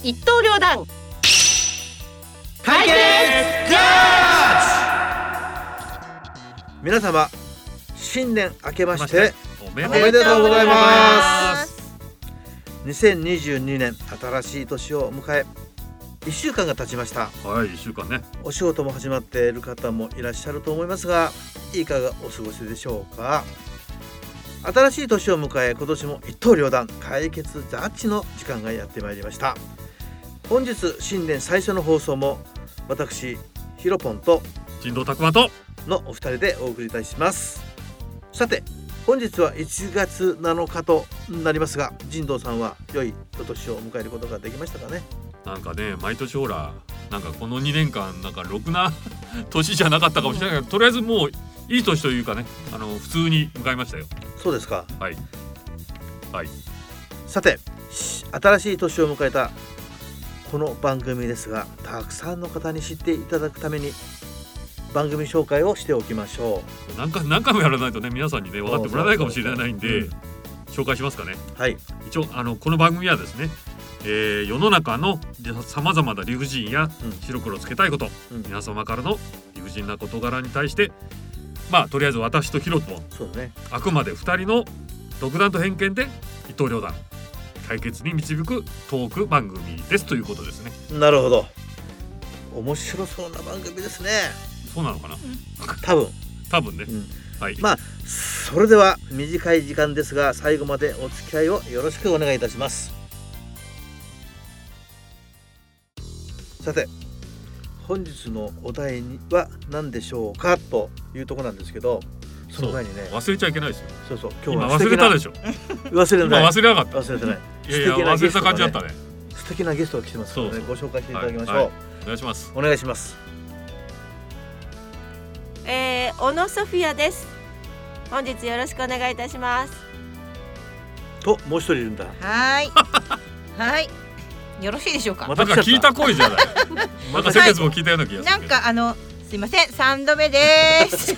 一刀両断解決ジャッジ。皆様新年明けましておめでとうございます。 す。 2022年新しい年を迎え1週間が経ちました。 はい、1週間ね。 お仕事も始まっている方もいらっしゃると思いますが、いかがお過ごしでしょうか。新しい年を迎え、今年も一刀両断解決ジャッジの時間がやってまいりました。本日新年最初の放送も私ヒロポンと人道拓馬とのお二人でお送りいたします。さて本日は1月7日となりますが、人道さんは良いお年を迎えることができましたかね。 なんかね、毎年ほらなんかこの2年間なんかろくな年じゃなかったかもしれないけど、とりあえずもういい年というかね、普通に迎えましたよ。 そうですか。 はいはい。 さて新しい年を迎えたこの番組ですが、たくさんの方に知っていただくために番組紹介をしておきましょ何回もやらないとね、皆ささんにね分かってもらえないかもしれないんで、紹介しますかね。 う。はい。 一応この番組はですね、世の中のさまざまな理不尽や白黒つけたいこと、皆様からの理不尽な事柄に対して、とりあえず私とヒロポン、 そうだね。 あくまで2人の独断と偏見で一刀両断解決に導くトーク番組ですということですね。 なるほど。面白そうな番組ですね。 そうなのかな。 多分ね。はい。 それでは短い時間ですが、最後までお付き合いをよろしくお願いいたします。さて本日のお題は何でしょうかというところなんですけど、その前にね、 忘れちゃいけないですよ。 そう今忘れたでしょ。 忘れない。 今忘れなかった。 忘れてない。 いや忘れた感じだったね。 素敵なゲストが来てますので、ご紹介していただきましょう。 お願いします。 お願いします。 小野ソフィアです。本日よろしくお願いいたします。 ともう一人いるんだ。 はいはいよろしいでしょうか。 なんか聞いた声じゃない。なんか先月も聞いたような気がする。 なんかすいません、3度目です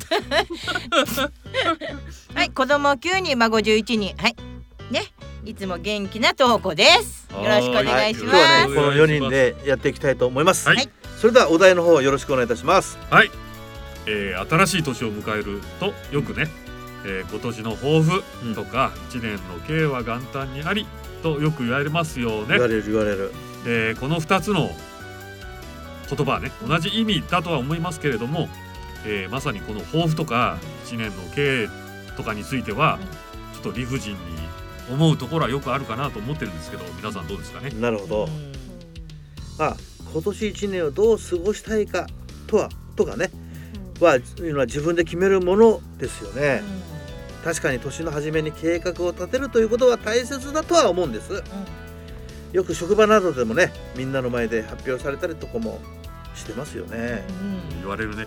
はい、子供9人孫11人、はいね、いつも元気なトーコです。よろしくお願いします。 今日はねこの4人でやっていきたいと思います。 はい。 それではお題の方よろしくお願いいたします。 はい。新しい年を迎えるとよくね、今年の抱負とか、1年の計は元旦にありとよく言われますよね。 言われる。 この2つの言葉はね同じ意味だとは思いますけれども、まさにこの抱負とか1年の計とかについてはちょっと理不尽に思うところはよくあるかなと思ってるんですけど、皆さんどうですかね。 なるほど。今年1年をどう過ごしたいかとかね、いうのは自分で決めるものですよね。確かに年の初めに計画を立てるということは大切だとは思うんです。よく職場などでもね、みんなの前で発表されたりとかもしてますよね。 言われるね。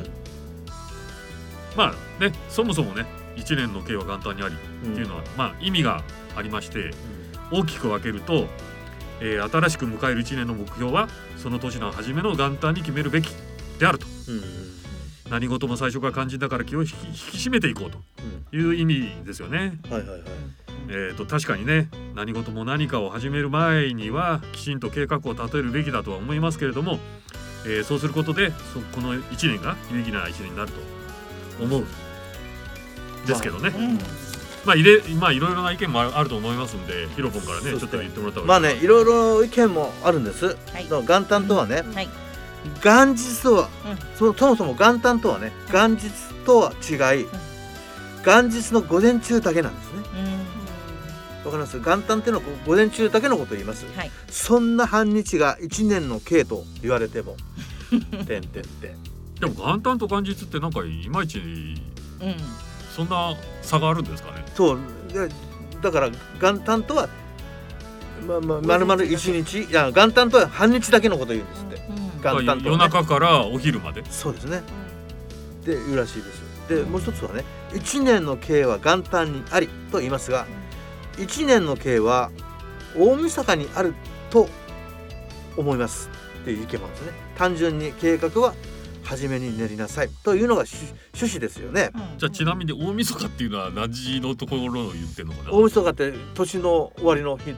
はい。 そもそもね1年の計は元旦にありっていうのは、意味がありまして、大きく分けると、新しく迎える1年の目標はその年の初めの元旦に決めるべきであると。何事も最初から肝心だから気を引き締めていこうという意味ですよね。確かにね、何事も何かを始める前にはきちんと計画を立てるべきだとは思いますけれども、そうすることでこの1年が有意義な1年になると思うですけどね。いろいろな意見もあると思いますんで、ヒロポンからねちょっと言ってもらった方がいい。 いろいろ意見もあるんです。元旦とはね、元日とは、そもそも元旦とはね、元日とは違い、元日の午前中だけなんですね。わかります。元旦っていうのは午前中だけのことを言います。そんな半日が1年の計と言われてもでも元旦と元日ってなんかいまいち、そんな差があるんですかね。 そうだから元旦とは丸々1日、元旦とは半日だけのことを言うんですって。元旦とは、 夜中からお昼まで。 そうですね。で言うらしいです。でもう一つはね、1年の計は元旦にありと言いますが、1年の計は大晦日にあると思いますっていう意見もあるんですね。単純に計画は初めに練りなさいというのが趣旨ですよね。 じゃあちなみに大晦日っていうのは何時のところを言ってるのかな。 大晦日って年の終わりの日です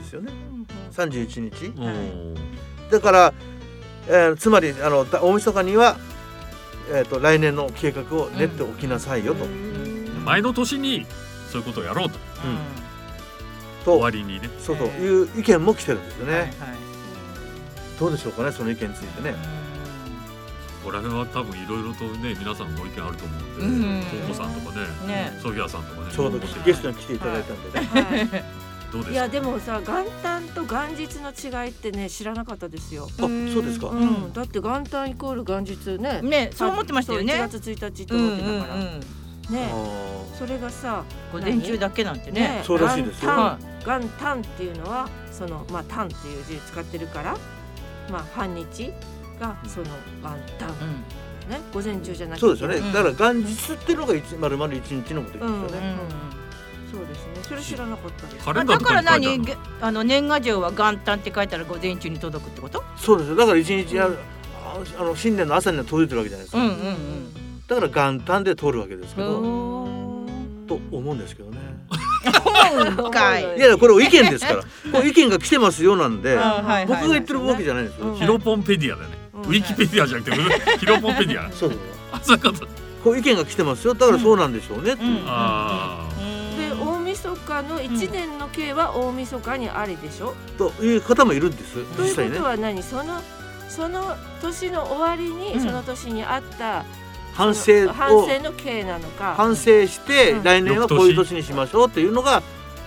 ですよね。31日。だから、つまり大晦日には、来年の計画を練っておきなさいよと。 前の年にそういうことをやろうと。終わりにね。 そうという意見も来てるんですよね。どうでしょうかね、その意見についてね。 ここら辺は多分いろいろとね、皆さんご意見あると思うんで、トウコさんとかね、ソフィアさんとかね、 ちょうどゲストに来ていただいたんでね。 どうですか。 いやでもさ、元旦と元日の違いってね知らなかったですよ。 あ、そうですか。 だって元旦イコール元日ね。 ね、そう思ってましたよね。 1月1日と思ってたから。ね、それがさ午前中だけなんてね。 そうらしいですよ。 元旦っていうのはその旦っていう字を使ってるから、半日がその元旦ね、午前中じゃなくて。 そうですよね。だから元日っていうのが丸々1日のことですよね。 そうですね。それ知らなかったです。 だから年賀状は元旦って書いたら午前中に届くってこと？ そうですよ。だから1日新年の朝には届いてるわけじゃないですか。だから元旦で通るわけですけど、と思うんですけどね。いや、これ意見ですから。これ意見が来てますよなんで、僕が言ってるわけじゃないんですよ。 ヒロポンペディアだね。ウィキペディアじゃなくてヒロポンペディア。 そうそう。 こう意見が来てますよ。だからそうなんでしょうね。 で、大晦日の1年の計は大晦日にありでしょ。 という方もいるんです。 ということは何？その年の終わりにその年にあった反省の計なのか、 反省して来年はこういう年にしましょうっていうのが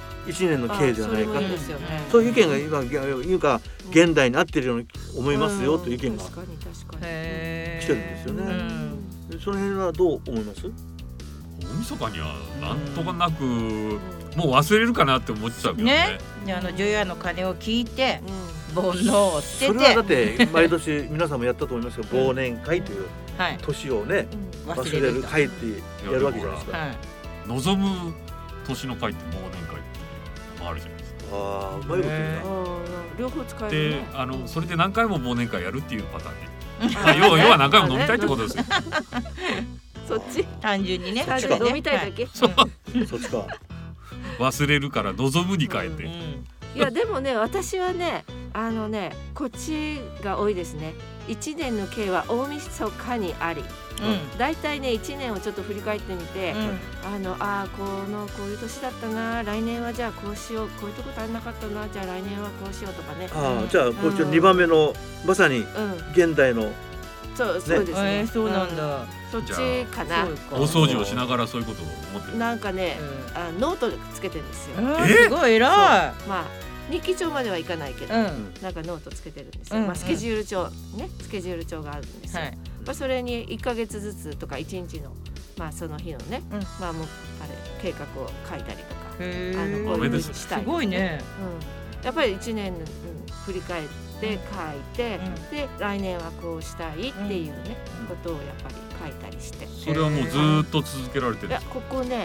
1年の計じゃないかと、そういう意見が今いうか現代に合ってるように思いますよという意見が来てるんですよね。その辺はどう思います？ 大晦日にはなんとかなくもう忘れるかなって思ってたけどね。 除夜の鐘を聞いて煩悩を捨てて、 それはだって毎年皆さんもやったと思いますけど、忘年会という年をね忘れる会ってやるわけじゃないですか。 望む年の会って忘年会ってあるじゃないですか。 ああ、うまいこと言うな。 両方使えるね。 で、それで何回も忘年会やるっていうパターンで、要は何回も飲みたいってことですよ。 そっち？ 単純にね。 飲みたいだけ。 そっちか。 忘れるから望むに変えて。 いやでもね、私はねこっちが多いですね。1年の計は大晦日にあり。だいたいね1年をちょっと振り返ってみて、こういう年だったな、来年はじゃあこうしよう、こういうとこ足んなかったな、じゃあ来年はこうしようとかね。 じゃあこっちの2番目のまさに現代のそうですね。 そうなんだ。 そっちかな。 大掃除をしながらそういうことを思ってる。 なんかね、ノートつけてるんですよ。 すごい偉い。 日記帳まではいかないけど、なんかノートつけてるんですよ。スケジュール帳ね、スケジュール帳があるんですよ。それに1ヶ月ずつとか1日のその日のね、もう計画を書いたりとか、こういうふうにしたい。 すごいね。 やっぱり1年振り返って書いて、で来年はこうしたいっていうねことをやっぱり書いたりして。 それはもうずっと続けられてるんですか？ ここね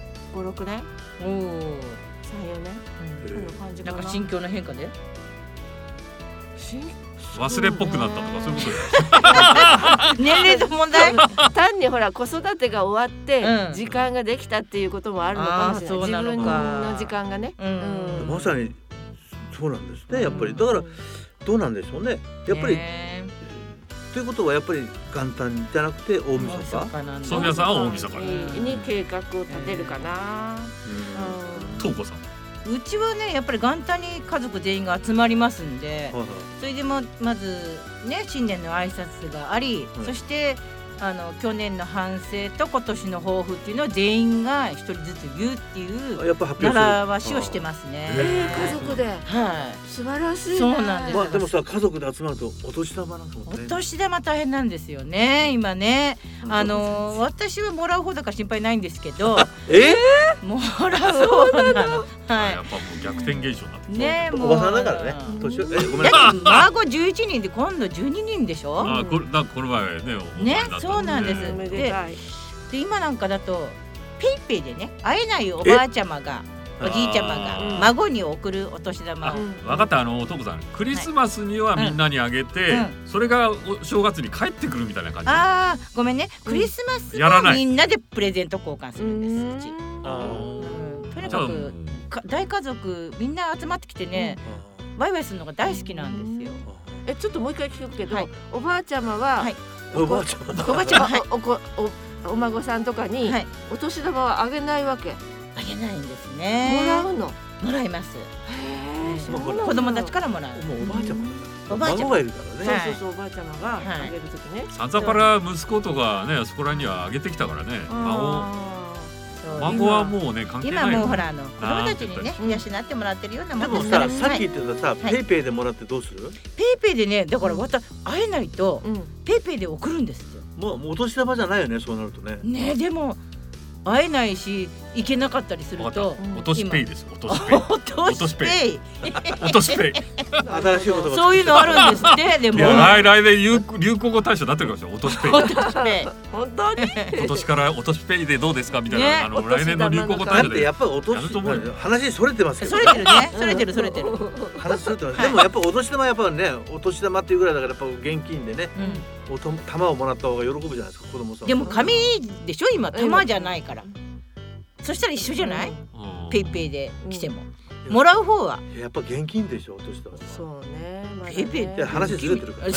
5、6年、3、4年、こんな感じかな。 なんか心境の変化で忘れっぽくなったとかそういうことで年齢の問題。 単にほら子育てが終わって時間ができたっていうこともあるのかもしれない。自分の時間がね。 まさにそうなんですね。やっぱりだからどうなんでしょうね。やっぱりということはやっぱり元旦じゃなくて大晦日。 ソフィアさんは大晦日に計画を立てるかな。 トウコさん。 うちはねやっぱり元旦に家族全員が集まりますんで、それでまずね新年の挨拶があり、そして去年の反省と今年の抱負っていうのを全員が一人ずつ言うっていう習わしをしてますね。 家族で。素晴らしい。 そうなんです。 でもさ家族で集まるとお年玉なんかもお年玉大変なんですよね今ね。私はもらう方だから心配ないんですけど。もらう方なの。 やっぱもう逆転現象になってね。 おばさんだからね。年ごめんなさい。孫11人で今度12人でしょ。 この前ね。 そうなんです。で今なんかだとペイペイでね会えないおばあちゃまがおじいちゃまが孫に送るお年玉を。 分かった。トコさんクリスマスにはみんなにあげて、それがお正月に帰ってくるみたいな感じ。 ごめんね。クリスマスもみんなでプレゼント交換するんですうち。とにかく大家族みんな集まってきてね、ワイワイするのが大好きなんですよ。 ちょっともう一回聞くけど、おばあちゃまは、 おばあちゃまお孫さんとかにお年玉はあげないわけ。 あげないんですね。 もらうの？ もらいます。子供たちからもらう。 もうおばあちゃま。 おばあちゃまがいるからね。 そうおばあちゃまがあげるときね。 サンザパラ息子とかね、あそこらにはあげてきたからね。孫はもうね関係ない。 今もうほら子供たちにね養ってもらってるようなもんですから。でもさっき言ってたさ、ペイペイでもらってどうする？ ペイペイでね、だから会えないとペイペイで送るんですよ。 もうお年玉じゃないよね、そうなるとね。 ね、でも会えないし行けなかったりすると、 お年ペイです。お年ペイ。 お年ペイ。 お年ペイ。 新しい言葉。 そういうのあるんですって。でも来年流行語大賞になってるかもしれない。お年ペイ。 お年ペイ。 本当に？ 今年からお年ペイでどうですかみたいな来年の流行語大賞で。 だってやっぱりお年話それてますけど。 それてるね。それてるそれてる。 話それてます。でもやっぱお年玉やっぱね、お年玉っていうぐらいだからやっぱ現金でね、玉をもらった方が喜ぶじゃないですか、子供さん。 でも紙でしょ今、玉じゃないから。そしたら一緒じゃない？ペイペイで来ても。もらう方はやっぱ現金でしょ、お年玉。 そうね。 ペイペイって話ずれてるから。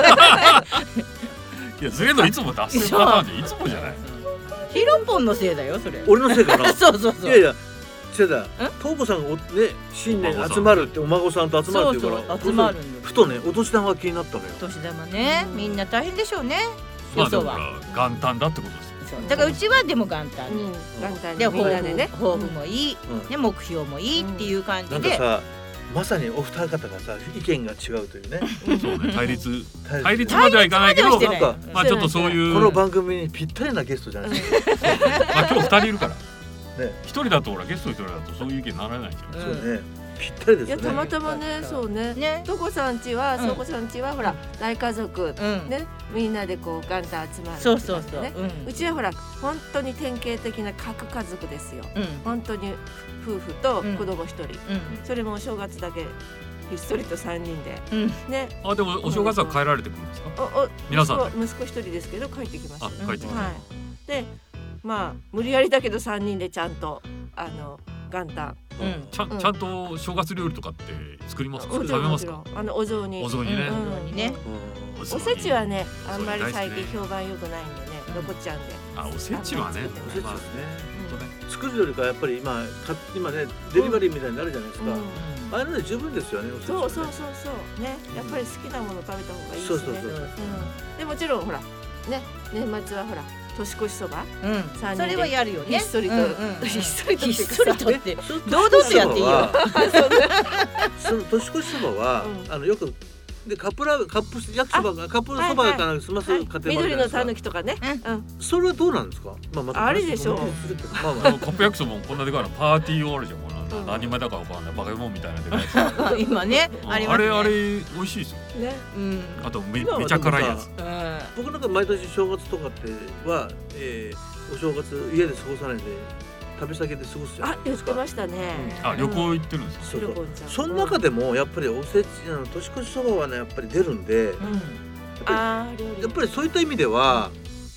いやずれのいつも出すパターンでいつもじゃない。 ヒロポンのせいだよそれ。 俺のせいかな。 そうそうそう。 いやいや。せだ。トウコさんがね新年集まるってお孫さんと集まるっていうから。 集まるんです。 ふとねお年玉が気になったのよ。 お年玉ね、みんな大変でしょうね。 まあだから元旦だってことです。 だからうちはでも元旦に、 元旦でみんなでね、 抱負もいい、ね目標もいいっていう感じで。 なんかさ、まさにお二方がさ意見が違うというね。 そうね、対立まではいかないけど、 なんかまあちょっとそういうこの番組にぴったりなゲストじゃないですか。 まあ今日二人いるから。一人だとほらゲスト一人だとそういう意見にならないじゃん。 そうね。ぴったりですね。 いやたまたまね、そうね。トコさんちはほら大家族ね、みんなでこう元旦集まる。 そうそうそう。 うちはほら本当に典型的な核家族ですよ。本当に夫婦と子供一人。それもお正月だけひっそりと3人で。ね。 あでもお正月は帰られてくるんですか？皆さん。 息子一人ですけど帰ってきます。 帰ってきます。 で、まあ無理やりだけど3人でちゃんと元旦。 ちゃんと正月料理とかって作りますか？食べますか？ お雑煮。 お雑煮ね。 おせちはね、あんまり最近評判良くないんでね、残っちゃうんで。 おせちはね。 おせちですね。作るよりかやっぱり今ねデリバリーみたいになるじゃないですか。あれので十分ですよね。 そうね、やっぱり好きなもの食べた方がいいですね。でもちろんほらね、年末はほら。年越しそば、 それはやるよね。 ひっそりとひっそりとって堂々とやっていいよ。 その年越しそばはよくでカップ焼きそばがカップそばから済ます家庭もあるじゃないですか。 緑のたぬきとかね。 それはどうなんですか？ あれでしょ。 カップ焼きそばもこんなでかいのパーティー終わるじゃん。何枚だかわかんないバカモンみたいなでかい。 今ねあれ美味しいですよ。 ね。 あとめちゃ辛いやつ。 僕なんか毎年正月とかってはお正月家で過ごさないで旅先で過ごすじゃないですか。 言ってましたね。 旅行行ってるんですか？ その中でもやっぱりおせち年越しそばはねやっぱり出るんで、やっぱりそういった意味では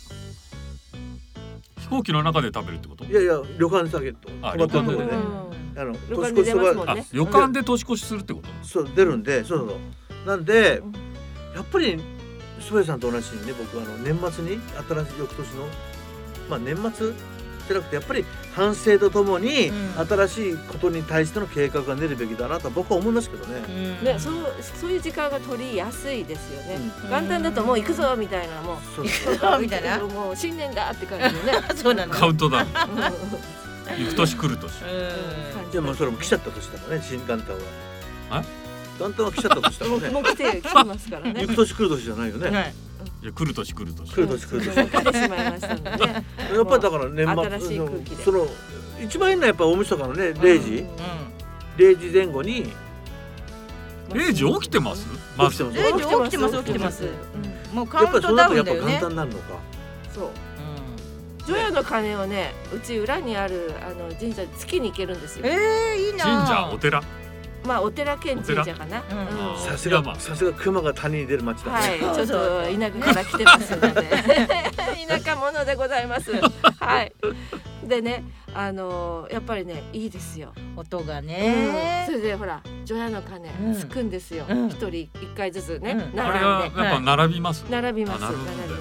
飛行機の中で食べるってこと？ いやいや旅館で食べると。 旅館でね。 年越しそば旅館で年越しするってこと？ そう出るんで、そうなんでやっぱりソエさんと同じにね、僕年末に新しい翌年の年末じゃなくてやっぱり反省とともに新しいことに対しての計画が練るべきだなと僕は思いますけどね。 ね、そういう時間が取りやすいですよね。元旦だともう行くぞみたいな、もう行くぞみたいな、 もう新年だって感じでね。 そうなの。 カウントダウン。行く年来る年。 でもそれも来ちゃった年だからね、新元旦は。元旦は来ちゃった年だからね。 もう来てますからね。 行く年来る年じゃないよね。 いや来る年来る年。 来る年来る年。 来てしまいましたんでね。 やっぱりだから年末その一番いいのはやっぱ大晦日のね0時前後に。 0時起きてます？ 起きてます。もうカウントダウンだよね。 やっぱりその後やっぱ元旦になるのか。 そう。除夜の鐘をね、うち裏にある神社月に行けるんですよ。 いいな。 神社、お寺。 まあお寺兼神社かな。 さすが熊が谷に出る町だ。 はい、ちょっと田舎から来てますので、田舎者でございます。はい。 でねやっぱりねいいですよ音がね、 それでほら除夜の鐘つくんですよ、一人一回ずつね、 あれはやっぱ並びます並びます。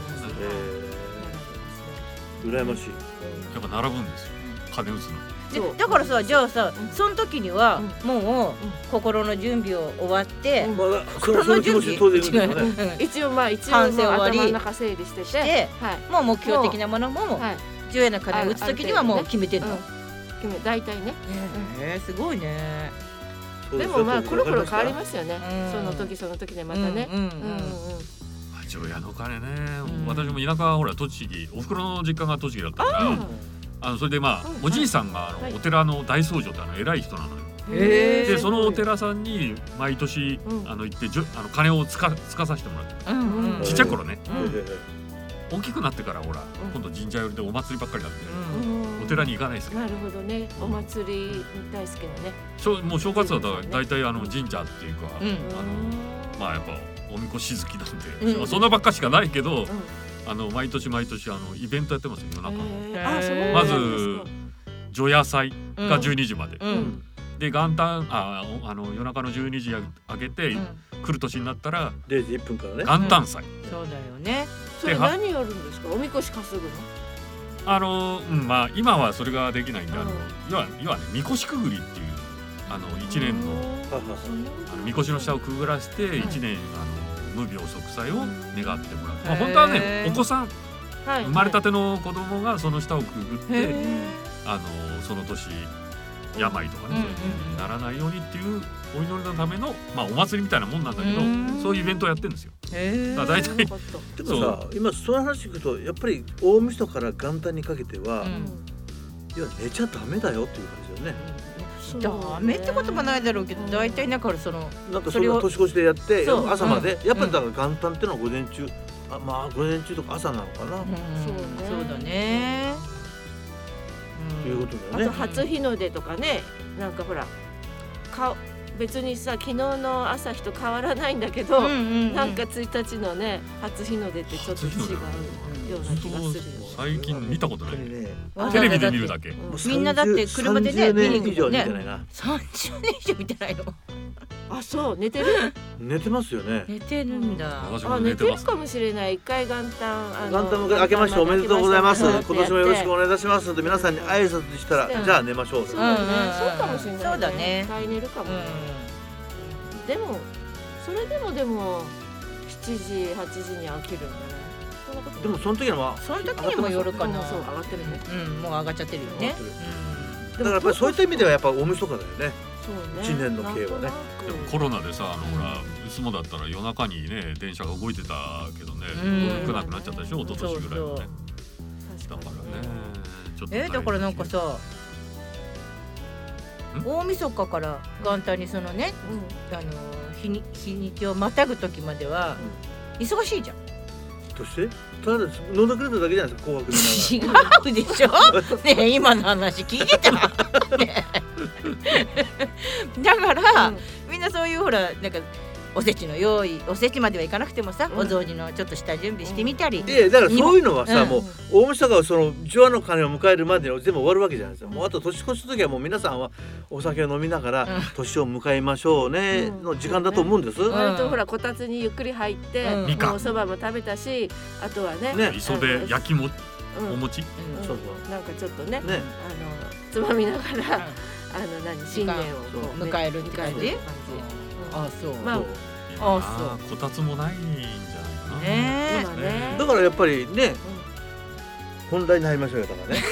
羨ましい。 やっぱ並ぶんですよ、鐘打つの。 だからさ、じゃあさ、その時にはもう心の準備を終わって、 心の準備一応頭の中整理してて、 もう目標的なものも除夜の鐘打つ時にはもう決めてるの。 大体ね。 すごいね。 でもまあコロコロ変わりますよね。その時その時でまたね。 除夜の鐘ね。私も田舎はほら栃木、お袋の実家が栃木だったから。それでまあおじいさんがお寺の大僧正って偉い人なのよ。でそのお寺さんに毎年行って鐘をつかさせてもらって、ちっちゃい頃ね。大きくなってからほら今度神社寄りでお祭りばっかりだってお寺に行かないですけど。 なるほどね。お祭り大好きなね。 もう正月はだいたい神社っていうかまあやっぱおみこし好きなんでそんなばっかしかないけど。毎年イベントやってますよ夜中。まず除夜祭が12時まで、で元旦夜中の12時明けて来る年になったら 0時1分からね元旦祭。 そうだよね。 それ何やるんですか？おみこし担ぐの？ まあ今はそれができないんで要はねみこしくぐりっていう1年のみこしの下をくぐらせて1年無病息災を願ってもらう。まあ本当はねお子さん生まれたての子供がその下をくぐってその年病とかねならないようにっていうお祈りのためのまあお祭りみたいなもんなんだけどそういうイベントをやってるんですよ。だから大体でもさ今その話聞くとやっぱり大晦日から元旦にかけてはいや寝ちゃダメだよっていう感じだよね。 ダメってこともないだろうけど、大体なんかそれを年越しでやって朝までやっぱりだから元旦っていうのは午前中まあ午前中とか朝なのかな。 そうだね。 いうことだね。 あと初日の出とかね、なんかほら別にさ昨日の朝日と変わらないんだけど、なんか1日のね初日の出ってちょっと違うような気がするよ。 最近見たことないね。テレビで見るだけ。 みんなだって車でね見に行くもんね。30年以上見てないの。 あ、そう寝てる？ 寝てますよね。 寝てるんだ。 寝てるかもしれない。一回元旦明けましておめでとうございます。今年もよろしくお願いいたしますので皆さんに挨拶したらじゃあ寝ましょう。 そうかもしれない。 そうだね。 一回寝るかも。でもそれでも7時8時に飽きるんだね。 でもその時にもよるかな。 そう上がってるね。 もう上がっちゃってるよね。 だからやっぱりそういった意味ではやっぱ大晦日だよね。1年の計はね。 でもコロナでさほらいつもだったら夜中にね電車が動いてたけどね少なくなっちゃったでしょ一昨年ぐらいはね。だからねちょっとだからなんかさ大晦日から元旦にそのね日にちをまたぐ時までは忙しいじゃん。 としてただ飲んでくれただけじゃないですか紅白見ながら。違うでしょ。ね今の話聞いてた。だからみんなそういうほらなんかおせちの用意おせちまではいかなくてもさお雑煮のちょっとした準備してみたり。 だからそういうのはさもう大晦日がその除夜の鐘を迎えるまでに全部終わるわけじゃないですか。もうあと年越しの時はもう皆さんはお酒を飲みながら年を迎えましょうねの時間だと思うんです。 割とほらこたつにゆっくり入ってお蕎麦も食べたしあとはね磯辺焼きもお餅なんかちょっとねつまみながら新年を迎えるって感じ。あ、そう。まあ、 こたつもないんじゃないかな。 だからやっぱりね、本題に入りましょうよだからね。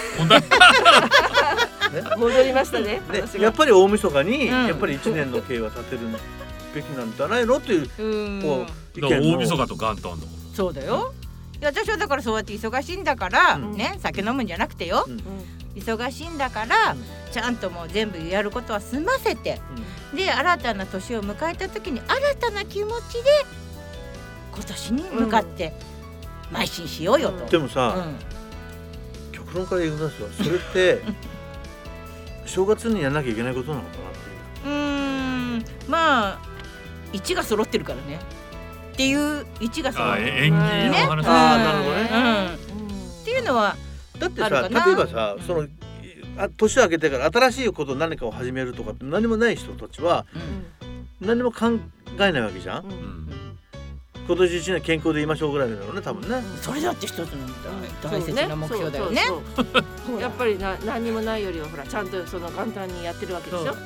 本題。戻りましたね。 やっぱり大晦日にやっぱり1年の計は立てるべきなんじゃないのっていう意見の。大晦日と元旦だもん。 そうだよ。私はだからそうやって忙しいんだからね酒飲むんじゃなくてよ。忙しいんだからちゃんともう全部やることは済ませて、で新たな年を迎えた時に新たな気持ちで今年に向かって邁進しようよと。 でもさ、極論から言いますよ。それって正月にやんなきゃいけないことなのかなっていう。 まあ1が揃ってるからねっていう1が揃ってる。 縁起の話。 なるほどね。 っていうのはだってさ例えばさその年を明けてから新しいこと何かを始めるとかって何もない人たちは何も考えないわけじゃん、今年1年健康でいましょうぐらいだろうね多分ね、 それだって一つの大切な目標だよね。 やっぱり何にもないよりはほらちゃんとその元旦にやってるわけでしょ。 なる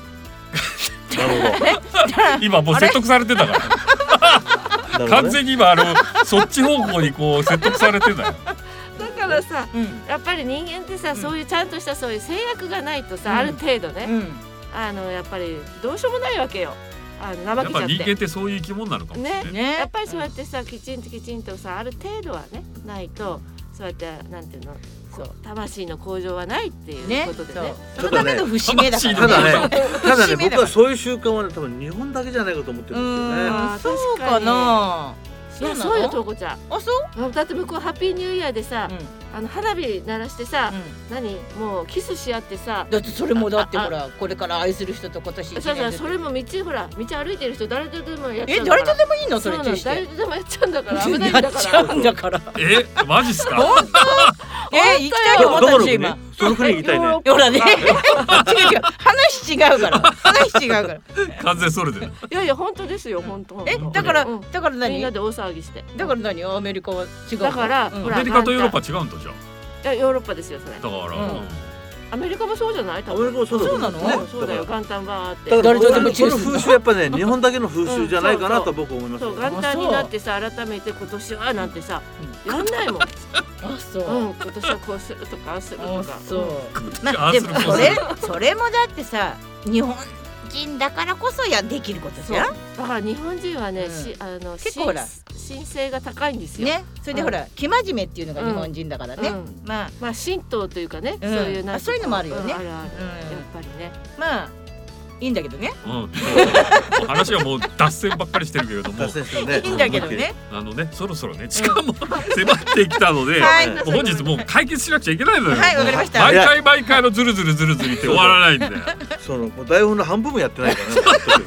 ほど今もう説得されてたから完全に今そっち方向にこう説得されてたよ。 だからさ、やっぱり人間ってさ、そういうちゃんとしたそういう制約がないとさ、ある程度ね、やっぱりどうしようもないわけよ。怠けちゃって。 やっぱ人間ってそういう生き物なのかもしれないね。やっぱりそうやってさきちんとさある程度はねないと、そうやってなんていうの、そう魂の向上はないっていうことでね。 そのための節目だからね。ただね僕はそういう習慣はね多分日本だけじゃないかと思ってるんですよね。 そうかな。 いやそうよとうこちゃん。 あそう？ だって向こうハッピーニューイヤーでさ、花火鳴らしてさ、もうキスし合ってさ。 だってそれもだってほらこれから愛する人と今年1年。 それもほら道歩いてる人誰とでもやっちゃう。 誰とでもいいのそれ？ 誰とでもやっちゃうんだから危ないんだから。 マジっすか？ 本当？行きたいと思ったでしょ今。 その国行きたいね。 ほらね。違う話違うから。 完全それで。 いや本当ですよ本当。 だから何？ みんなで大騒ぎして。 だから何？アメリカは違う。 だからアメリカとヨーロッパ違うんだじゃん。 いやヨーロッパですよそれ。 だからアメリカもそうじゃない？ アメリカもそうなの？ そうだよ元旦バーって。 誰とでもこの風習やっぱね日本だけの風習じゃないかなと僕思います。 そう元旦になってさ改めて今年はなんてさやんないもん。 そう。 今年はこうするとかああするとか。 そう。まあでもそれもだってさ日本人だからこそできることじゃん。 だから日本人はね結構ほら神聖が高いんですよ。 ね。それでほら生真面目っていうのが日本人だからね。まあ神道というかねそういうのもあるよね。 あるやっぱりね。 まあいいんだけどね。 話はもう脱線ばっかりしてるけれども。 いいんだけどね。 そろそろね時間も迫ってきたので、本日もう解決しなくちゃいけないのよ。 はいわかりました。 毎回のズルズルって終わらないんだよ。 もう台本の半分もやってないからね。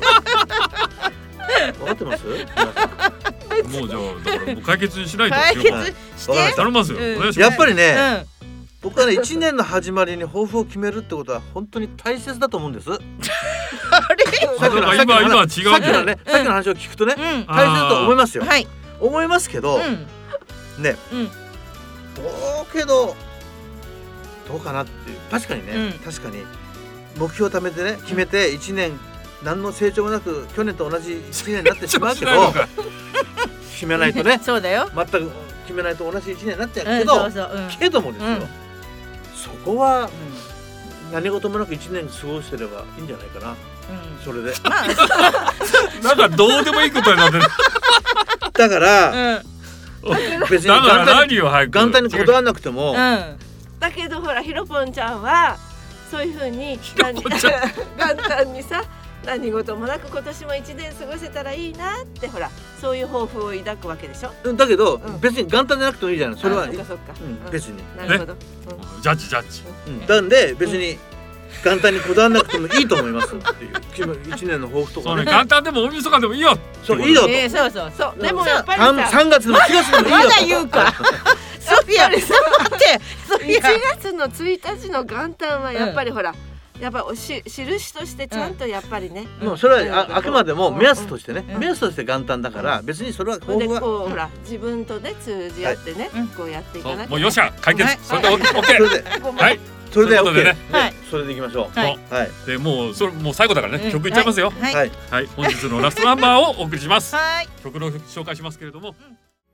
分かってます？ もうじゃあだからもう解決しないと。 解決して頼みますよ。 やっぱりね。僕はね1年の始まりに抱負を決めるってことは本当に大切だと思うんです。 あれ？ 今違うさっきの話を聞くとね大切だと思いますよ。思いますけどねけどどうかなっていう確かに目標を貯めてね決めて1年何の成長もなく去年と同じ1年になってしまうけど決めないとねそうだよ全く決めないと同じ1年になっちゃうけどもですよそこは何事もなく1年過ごしてればいいんじゃないかな。それでなんかどうでもいいことになってる。 だから別に元旦にこだわらなくてもだけどほらひろぽんちゃんはそういう風に元旦にさ何事もなく今年も1年過ごせたらいいなってほらそういう抱負を抱くわけでしょ。 だけど別に元旦じゃなくてもいいじゃない。それは別になるほどジャッジなんで別に元旦にこだわらなくてもいいと思いますっていう1年の抱負とかね。 元旦でも大晦日でもいいよ。 そういいよと。 そうでもやっぱりさ 3月の4月でもいいよと。 まだ言うか。ソフィア待って 1月の1日の元旦はやっぱりほらやっぱ印としてちゃんとやっぱりね、 もうそれはあくまでも目安としてね、目安として元旦だから別にそれは抱負はこうほら自分とね通じ合ってねこうやっていかなきゃ。 もうよっしゃ解決それで OK。はいそれで OK。それでいきましょう。 はい。でもう最後だからね曲いっちゃいますよ。はい本日のラストナンバーをお送りします。曲の紹介しますけれども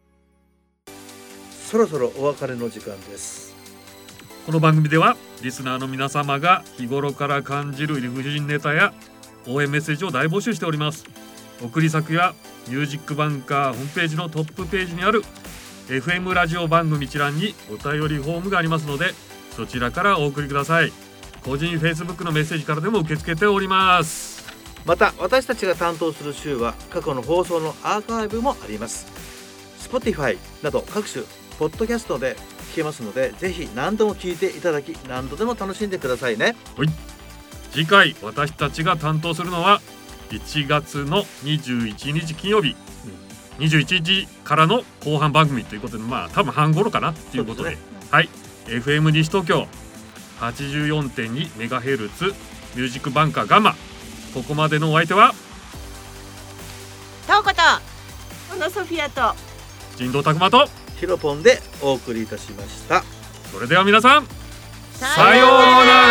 そろそろお別れの時間です。 この番組ではリスナーの皆様が日頃から感じる理不尽ネタや応援メッセージを大募集しております。送り先やミュージックバンカーホームページのトップページにある FM ラジオ番組一覧にお便りフォームがありますのでそちらからお送りください。個人 Facebook のメッセージからでも受け付けております。 また私たちが担当する週は過去の放送のアーカイブもあります。 Spotify など各種ポッドキャストで聞けますのでぜひ何度も聞いていただき何度でも楽しんでくださいね。 はい。次回私たちが担当するのは1月の21日金曜日、21時からの後半番組ということで多分半頃かなということで、はい FM 西東京 84.2 メガヘルツミュージックバンカーガンマ。ここまでのお相手はタオコと小野ソフィアと神藤拓磨とヒロポンでお送りいたしました。 それでは皆さんさようなら。